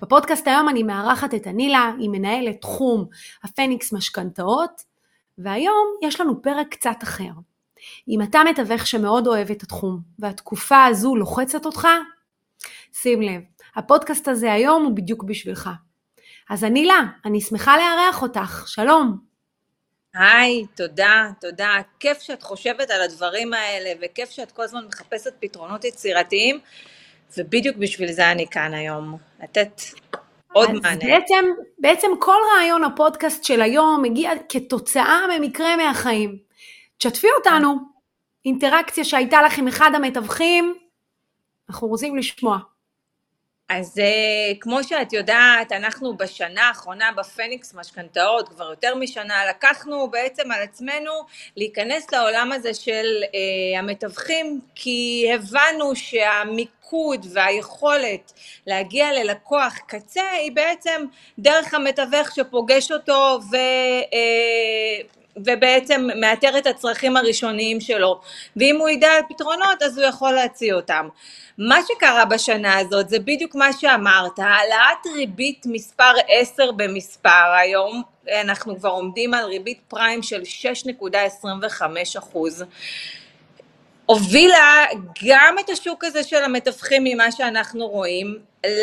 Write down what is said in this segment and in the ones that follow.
בפודקאסט היום אני מארחת את אנילה, היא מנהלת תחום הפניקס משכנתאות, והיום יש לנו פרק קצת אחר. אם אתה מתווך שמאוד אוהב את התחום, והתקופה הזו לוחצת אותך, שים לב, הפודקאסט הזה היום הוא בדיוק בשבילך. אז אנילה, אני שמחה לארח אותך, שלום. היי, תודה. כיף שאת חושבת על הדברים האלה, וכיף שאת כל הזמן מחפשת פתרונות יצירתיים, ובדיוק בשביל זה אני כאן היום, לתת עוד מענה. בעצם כל רעיון הפודקאסט של היום מגיע כתוצאה ממקרה מהחיים. תשתפי אותנו, אינטראקציה שהייתה לך עם אחד המתווכים, אנחנו רוצים לשמוע. אז כמו שאת יודעת, אנחנו בשנה האחרונה בפניקס משכנתאות, כבר יותר משנה, לקחנו בעצם על עצמנו להיכנס לעולם הזה של המתווכים, כי הבנו שהמיקוד והיכולת להגיע ללקוח קצה, היא בעצם דרך המתווך שפוגש אותו ובעצם מאתר את הצרכים הראשוניים שלו, ואם הוא ידע על פתרונות אז הוא יכול להציע אותם. מה שקרה בשנה הזאת זה בדיוק מה שאמרת, העלאת ריבית מספר 10 במספר, היום אנחנו כבר עומדים על ריבית פריים של 6.25%, הובילה גם את השוק הזה של המתווכים ממה שאנחנו רואים,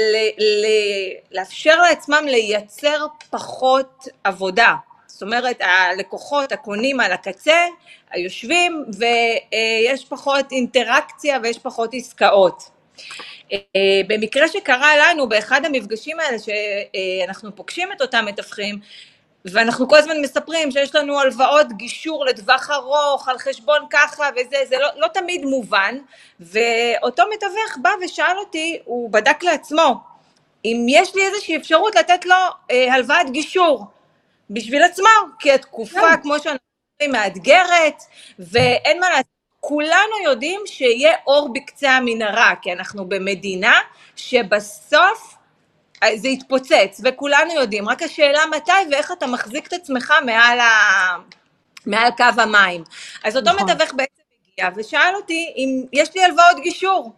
לאפשר לעצמם לייצר פחות עבודה. זאת אומרת, הלקוחות הקונים על הקצה, היושבים, ויש פחות אינטראקציה ויש פחות עסקאות. במקרה שקרה לנו, באחד המפגשים האלה שאנחנו פוגשים את אותם מתווכים, ואנחנו כל הזמן מספרים שיש לנו הלוואות גישור לטווח ארוך, על חשבון ככה וזה, זה לא תמיד מובן, ואותו מתווך בא ושאל אותי, הוא בדק לעצמו, אם יש לי איזושהי אפשרות לתת לו הלוואת גישור, בשביל עצמו, כי התקופה, כמו שאנחנו אומרים, מאתגרת, ואין מה לעשות, כולנו יודעים שיהיה אור בקצה המנהרה, כי אנחנו במדינה שבסוף זה יתפוצץ, וכולנו יודעים, רק השאלה מתי ואיך אתה מחזיק את עצמך מעל קו המים. אז אותו מתווך בעצם הגיע, ושאל אותי אם יש לי הלוואות גישור.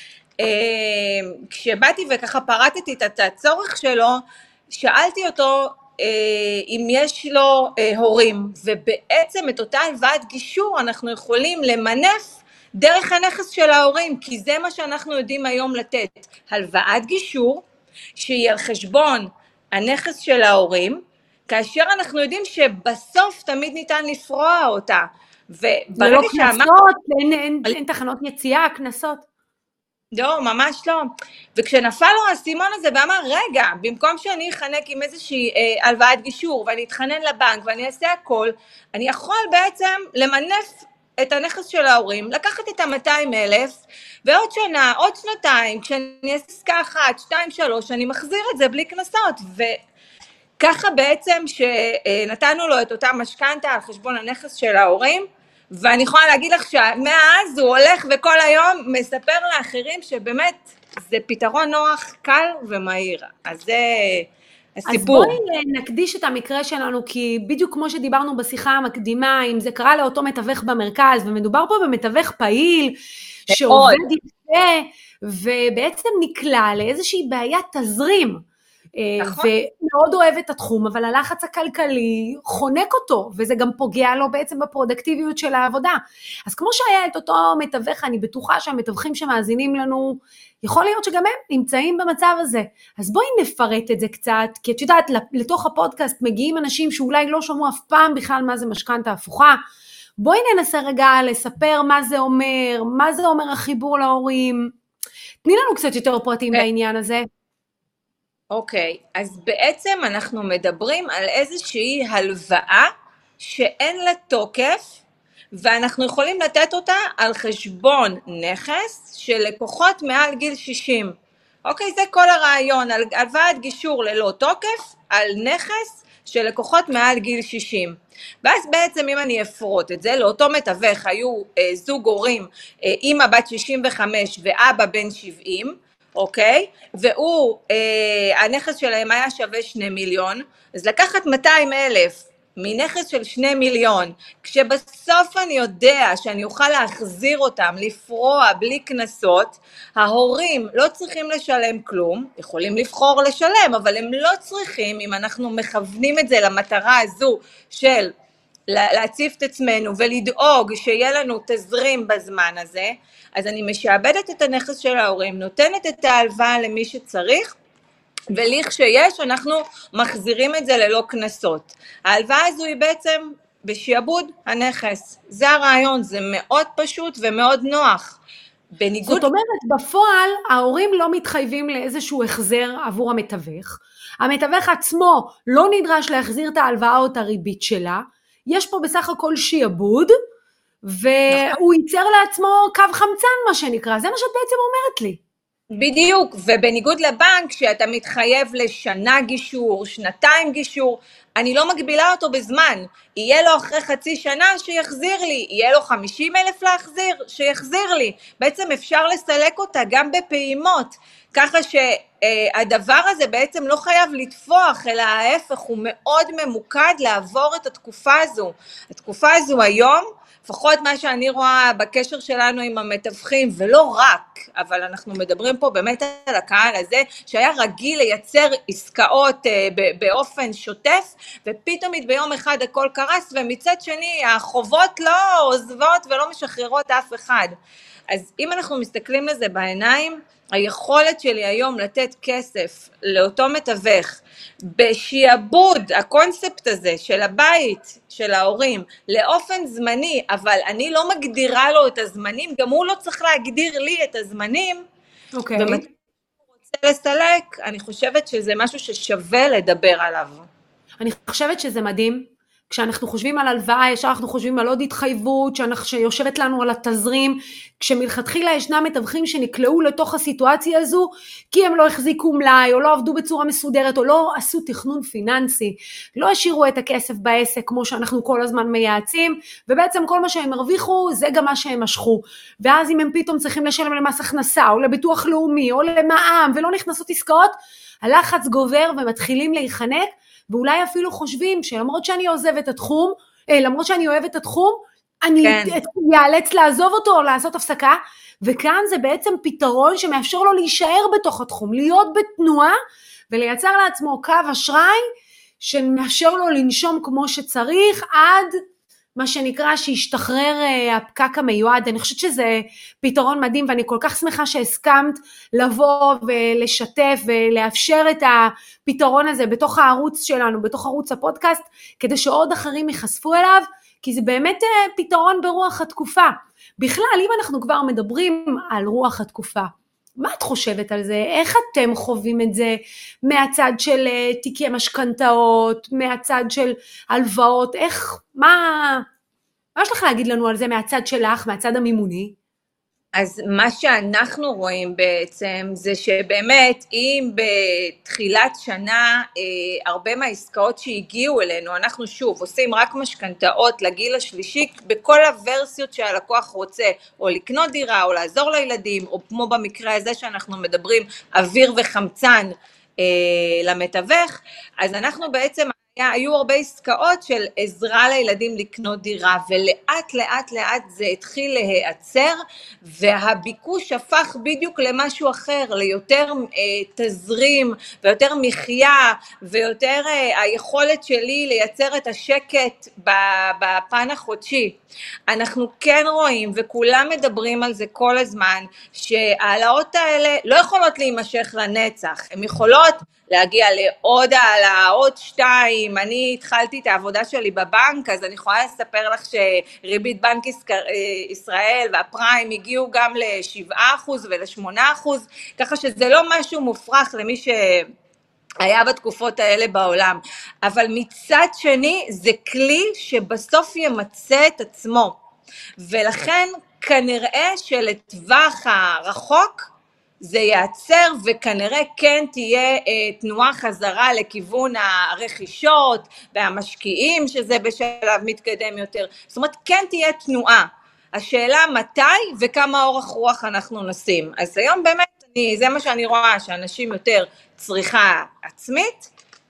כשבאתי וככה פרטתי את הצורך שלו, שאלתי אותו, אם יש לו הורים, ובעצם את אותה הלוואת גישור אנחנו יכולים למנף דרך הנכס של ההורים, כי זה מה שאנחנו יודעים היום לתת, הלוואת גישור שהיא על חשבון הנכס של ההורים, כאשר אנחנו יודעים שבסוף תמיד ניתן לפרוע אותה. ולא כנסות, אין תחנות יציאה, כנסות. לא, ממש לא. וכשנפל לו הסימון הזה ואמר, רגע, במקום שאני אחנק עם איזושהי הלוואת גישור, ואני אתחנן לבנק ואני אעשה הכל, אני יכול בעצם למנף את הנכס של ההורים, לקחת את ה-200,000, ועוד שנה, עוד שנתיים, כשאני אעשה עסקה 1, 2, 3, אני מחזיר את זה בלי כנסות, וככה בעצם שנתנו לו את אותה משכנתה על חשבון הנכס של ההורים, ואני יכולה להגיד לך שמאז הוא הולך וכל היום מספר לאחרים שבאמת זה פתרון נוח, קל ומהיר. אז זה הסיפור. אז בואי נקדיש את המקרה שלנו, כי בדיוק כמו שדיברנו בשיחה המקדימה, אם זה קרה לאותו מתווך במרכז, ומדובר פה במתווך פעיל, שעובד יפה, ובעצם נקלע לאיזושהי בעיית תזרים, נכון. ומאוד אוהב את התחום, אבל הלחץ הכלכלי חונק אותו, וזה גם פוגע לו בעצם בפרודקטיביות של העבודה. אז כמו שהיה את אותו מתווך, אני בטוחה שהמתווכים שמאזינים לנו, יכול להיות שגם הם נמצאים במצב הזה. אז בואי נפרט את זה קצת, כי את יודעת, לתוך הפודקאסט מגיעים אנשים שאולי לא שמעו אף פעם בכלל מה זה משכנתה הפוכה. בואי ננסה רגע לספר מה זה אומר החיבור להורים. תני לנו קצת יותר פרטים בעניין הזה. אוקיי, אז בעצם אנחנו מדברים על איזושהי הלוואה שאין לה תוקף, ואנחנו יכולים לתת אותה על חשבון נכס של לקוחות מעל גיל 60. אוקיי, זה כל הרעיון, על הלוואת גישור ללא תוקף, על נכס של לקוחות מעל גיל 60. ואז בעצם אם אני אפרוט את זה, לאותו מתווך היו זוג הורים, אמא בת 65 ואבא בן 70, אוקיי? והוא, הנכס שלהם היה שווה 2 מיליון, אז לקחת 200,000 מנכס של 2 מיליון, כשבסוף אני יודע שאני אוכל להחזיר אותם, לפרוע בלי כנסות, ההורים לא צריכים לשלם כלום, יכולים לבחור לשלם, אבל הם לא צריכים, אם אנחנו מכוונים את זה למטרה הזו של להציף את עצמנו ולדאוג שיהיה לנו תזרים בזמן הזה, אז אני משעבדת את הנכס של ההורים, נותנת את ההלוואה למי שצריך, וליך שיש, אנחנו מחזירים את זה ללא כנסות. ההלוואה הזו היא בעצם בשיעבוד הנכס. זה הרעיון, זה מאוד פשוט ומאוד נוח. בניגוד... זאת אומרת, בפועל ההורים לא מתחייבים לאיזשהו החזר עבור המתווך. המתווך עצמו לא נדרש להחזיר את ההלוואה או את הריבית שלה. יש פה בסך הכל שיעבוד, והוא ייצר לעצמו קו חמצן, מה שנקרא. זה מה שאת בעצם אומרת לי. בדיוק, ובניגוד לבנק שאתה מתחייב לשנה גישור, 2 גישור, אני לא מגבילה אותו בזמן, יהיה לו אחרי חצי שנה שיחזיר לי, יהיה לו 50,000 להחזיר, שיחזיר לי, בעצם אפשר לסלק אותה גם בפעימות, ככה שהדבר הזה בעצם לא חייב לתפוח, אלא ההפך הוא מאוד ממוקד לעבור את התקופה הזו. התקופה הזו היום, לפחות מה שאני רואה בקשר שלנו עם המתווכים, ולא רק, אבל אנחנו מדברים פה באמת על הקהל הזה, שהיה רגיל לייצר עסקאות באופן שוטף, ופתאום ביום אחד הכל קרס, ומצד שני החובות לא עוזבות ולא משחררות אף אחד. אז אם אנחנו מסתכלים לזה בעיניים, היכולת שלי היום לתת כסף לאותו מתווך, בשיעבוד, הקונספט הזה של הבית, של ההורים, לאופן זמני, אבל אני לא מגדירה לו את הזמנים, גם הוא לא צריך להגדיר לי את הזמנים, ומתי הוא רוצה לסלק, אני חושבת שזה משהו ששווה לדבר עליו. אני חושבת שזה מדהים, כשאנחנו חושבים על הלוואה, ישר אנחנו חושבים על עוד התחייבות, שיושבת לנו על התזרים, כשמלכתחילה ישנם מתווכים שנקלעו לתוך הסיטואציה הזו, כי הם לא החזיקו מלאי, או לא עבדו בצורה מסודרת, או לא עשו תכנון פיננסי, לא השאירו את הכסף בעסק, כמו שאנחנו כל הזמן מייעצים, ובעצם כל מה שהם הרוויחו, זה גם מה שהם משכו, ואז אם הם פתאום צריכים לשלם למס הכנסה, או לביטוח לאומי, או למע"מ, ולא נכנסות עסקאות, הלחץ גובר ומתחילים להיחנק, ואולי אפילו חושבים שלמרות שאני עוזב את התחום, למרות שאני אוהב את התחום, אני יאלץ לעזוב אותו או לעשות הפסקה, וכאן זה בעצם פתרון שמאפשר לו להישאר בתוך התחום, להיות בתנועה, ולייצר לעצמו קו אשראי, שמאפשר לו לנשום כמו שצריך, עד מה שנקרא שישתחרר הפקק המיועד. אני חושבת שזה פתרון מדהים, ואני כל כך שמחה שהסכמת לבוא ולשתף ולאפשר את הפתרון הזה בתוך הערוץ שלנו, בתוך ערוץ הפודקאסט, כדי שעוד אחרים ייחשפו אליו, כי זה באמת פתרון ברוח התקופה. בכלל, אם אנחנו כבר מדברים על רוח התקופה, מה את חושבת על זה? איך אתם חווים את זה מהצד של תיקי משכנתאות, מהצד של הלוואות? מה יש לך להגיד לנו על זה מהצד שלך, מהצד המימוני? אז מה שאנחנו רואים בעצם זה שבאמת אם בתחילת שנה הרבה מהעסקאות שהגיעו אלינו, אנחנו שוב עושים רק משכנתאות לגיל השלישי בכל הוורסיות שהלקוח רוצה, או לקנות דירה או לעזור לילדים, או כמו במקרה הזה שאנחנו מדברים אוויר וחמצן למתווך, אז אנחנו בעצם היו הרבה עסקאות של עזרה לילדים לקנות דירה, ולאט לאט לאט זה התחיל להיעצר, והביקוש הפך בדיוק למשהו אחר, ליותר תזרים, ויותר מחיה, ויותר היכולת שלי לייצר את השקט בפן החודשי. אנחנו כן רואים, וכולם מדברים על זה כל הזמן, שהעלאות האלה לא יכולות להימשך לנצח, הן יכולות להגיע לעוד העלה, עוד 2, אני התחלתי את העבודה שלי בבנק, אז אני יכולה לספר לך שריבית בנק ישראל והפריים הגיעו גם ל7% ול8%, ככה שזה לא משהו מופרך למי שהיה בתקופות האלה בעולם, אבל מצד שני זה כלי שבסוף ימצא את עצמו, ולכן כנראה שלטווח הרחוק, זה יעצר וכנראה כן תהיה תנועה חזרה לכיוון הרכישות והמשקיעים, שזה בשלב מתקדם יותר. זאת אומרת, כן תהיה תנועה. השאלה מתי וכמה אורך רוח אנחנו נשים. אז היום באמת, זה מה שאני רואה, שאנשים יותר צריכה עצמית,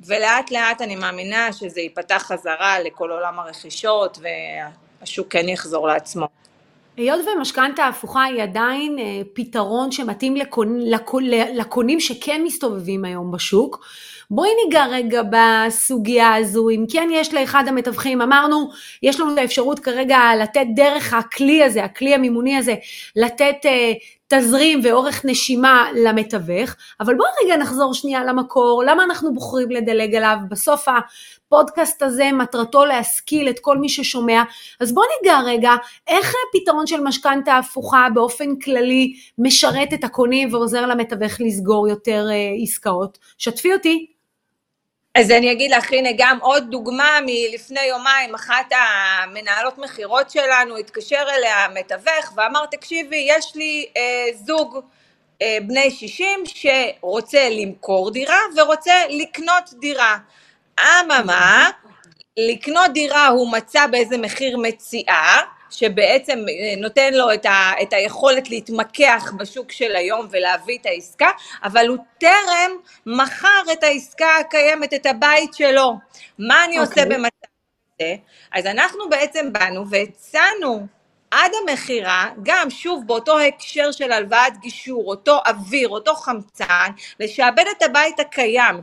ולאט לאט אני מאמינה שזה ייפתח חזרה לכל עולם הרכישות, והשוק כן יחזור לעצמו. היות ומשכנתא הפוכה היא עדיין פתרון שמתאים לקונים שכן מסתובבים היום בשוק, בואי ניגע רגע בסוגיה הזו. אם כן יש לאחד המתווכים, אמרנו, יש לנו את האפשרות כרגע לתת דרך הכלי הזה, הכלי המימוני הזה, לתת תזרים ואורך נשימה למתווך, אבל בואו רגע נחזור שנייה למקור, למה אנחנו בוחרים לדלג עליו? בסוף הפודקאסט הזה מטרתו להשכיל את כל מי ששומע, אז בואו ניגע רגע, איך פתרון של משכנתא הפוכה באופן כללי משרת את הקונים ועוזר למתווך לסגור יותר עסקאות? שתפי אותי. אז אני אגיד לך, הנה גם עוד דוגמה מלפני יומיים, אחת המנהלות מחירות שלנו התקשר אליה מתווך ואמר, תקשיבי, יש לי זוג בני 60 שרוצה למכור דירה ורוצה לקנות דירה. אממה, לקנות דירה הוא מצא באיזה מחיר מציאה, שבעצם נותן לו את היכולת להתמקח בשוק של היום ולהביא את העסקה, אבל הוא טרם מכר את העסקה הקיימת, את הבית שלו. מה אני עושה במצב הזה? אז אנחנו בעצם באנו והצענו עד המחירה, גם שוב באותו הקשר של הלוואת גישור, אותו אוויר, אותו חמצן, לשעבד את הבית הקיים,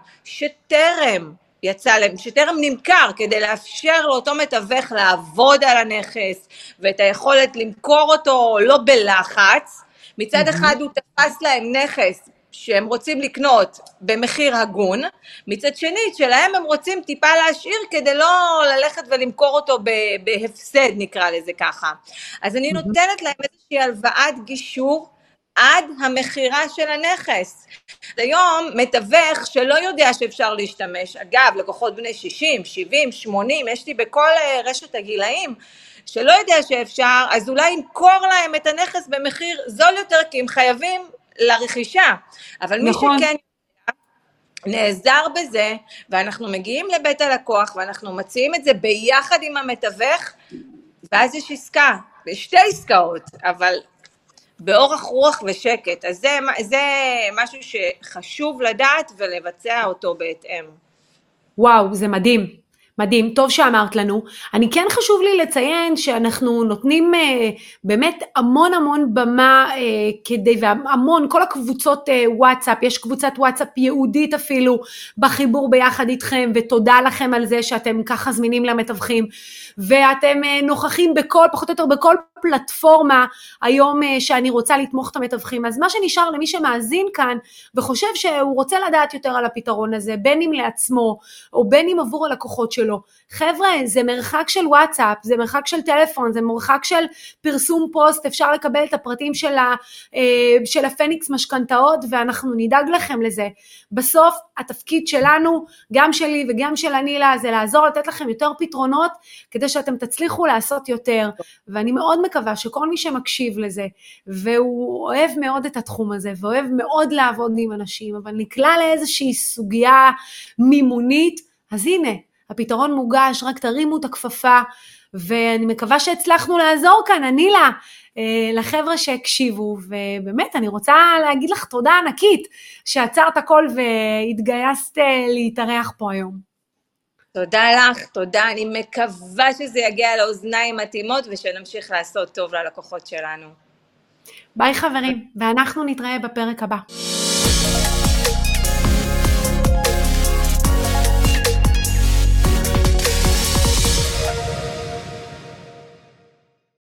שטרם נמכר, כדי לאפשר לאותו מתווך לעבוד על הנכס, ואת היכולת למכור אותו לא בלחץ. מצד אחד הוא תפס להם נכס שהם רוצים לקנות במחיר הגון, מצד שני שלהם הם רוצים טיפה להשאיר כדי לא ללכת ולמכור אותו בהפסד, נקרא לזה ככה. אז אני נותנת להם איזושהי הלוואת גישור עד המחירה של הנכס. היום מתווך שלא יודע שאפשר להשתמש, אגב לקוחות בני 60, 70, 80, יש לי בכל רשת הגילאים, שלא יודע שאפשר, אז אולי ימכור להם את הנכס במחיר זול יותר, כי הם חייבים לרכישה. אבל מי שכן נעזר בזה, ואנחנו מגיעים לבית הלקוח, ואנחנו מציעים את זה ביחד עם המתווך, ואז יש עסקה, שתי עסקאות, אבל באורך רוח ושקט. אז זה משהו שחשוב לדעת ולבצע אותו בהתאם. וואו, זה מדהים. מדהים, טוב שאמרת לנו. אני כן חשוב לי לציין שאנחנו נותנים באמת המון המון במה כדי, והמון, כל הקבוצות וואטסאפ, יש קבוצת וואטסאפ יהודית אפילו בחיבור ביחד איתכם, ותודה לכם על זה שאתם ככה זמינים למתווכים, ואתם נוכחים בכל, פחות או יותר בכל פלטפורמה היום שאני רוצה לתמוך את המתווכים. אז מה שנשאר למי שמאזין כאן וחושב שהוא רוצה לדעת יותר על הפתרון הזה, בין אם לעצמו או בין אם עבור הלקוחות שלו, חבר'ה, זה מרחק של וואטסאפ, זה מרחק של טלפון, זה מרחק של פרסום פוסט, אפשר לקבל את הפרטים של הפניקס משכנתאות, ואנחנו נדאג לכם לזה. בסוף התפקיד שלנו, גם שלי וגם של אנילה, זה לעזור לתת לכם יותר פתרונות, כדי שאתם תצליחו לעשות יותר, ואני מאוד מקווה שכל מי שמקשיב לזה, והוא אוהב מאוד את התחום הזה, ואוהב מאוד לעבוד עם אנשים, אבל נקלע לאיזושהי סוגיה מימונית, אז הנה, הפתרון מוגש, רק תרימו את הכפפה, ואני מקווה שהצלחנו לעזור כאן, אנילה, לחבר'ה שהקשיבו, ובאמת אני רוצה להגיד לך תודה ענקית, שעצרת הכל והתגייסת להתארח פה היום. תודה לך, תודה, אני מקווה שזה יגיע לאוזניים מתאימות, ושנמשיך לעשות טוב ללקוחות שלנו. ביי חברים, ואנחנו נתראה בפרק הבא.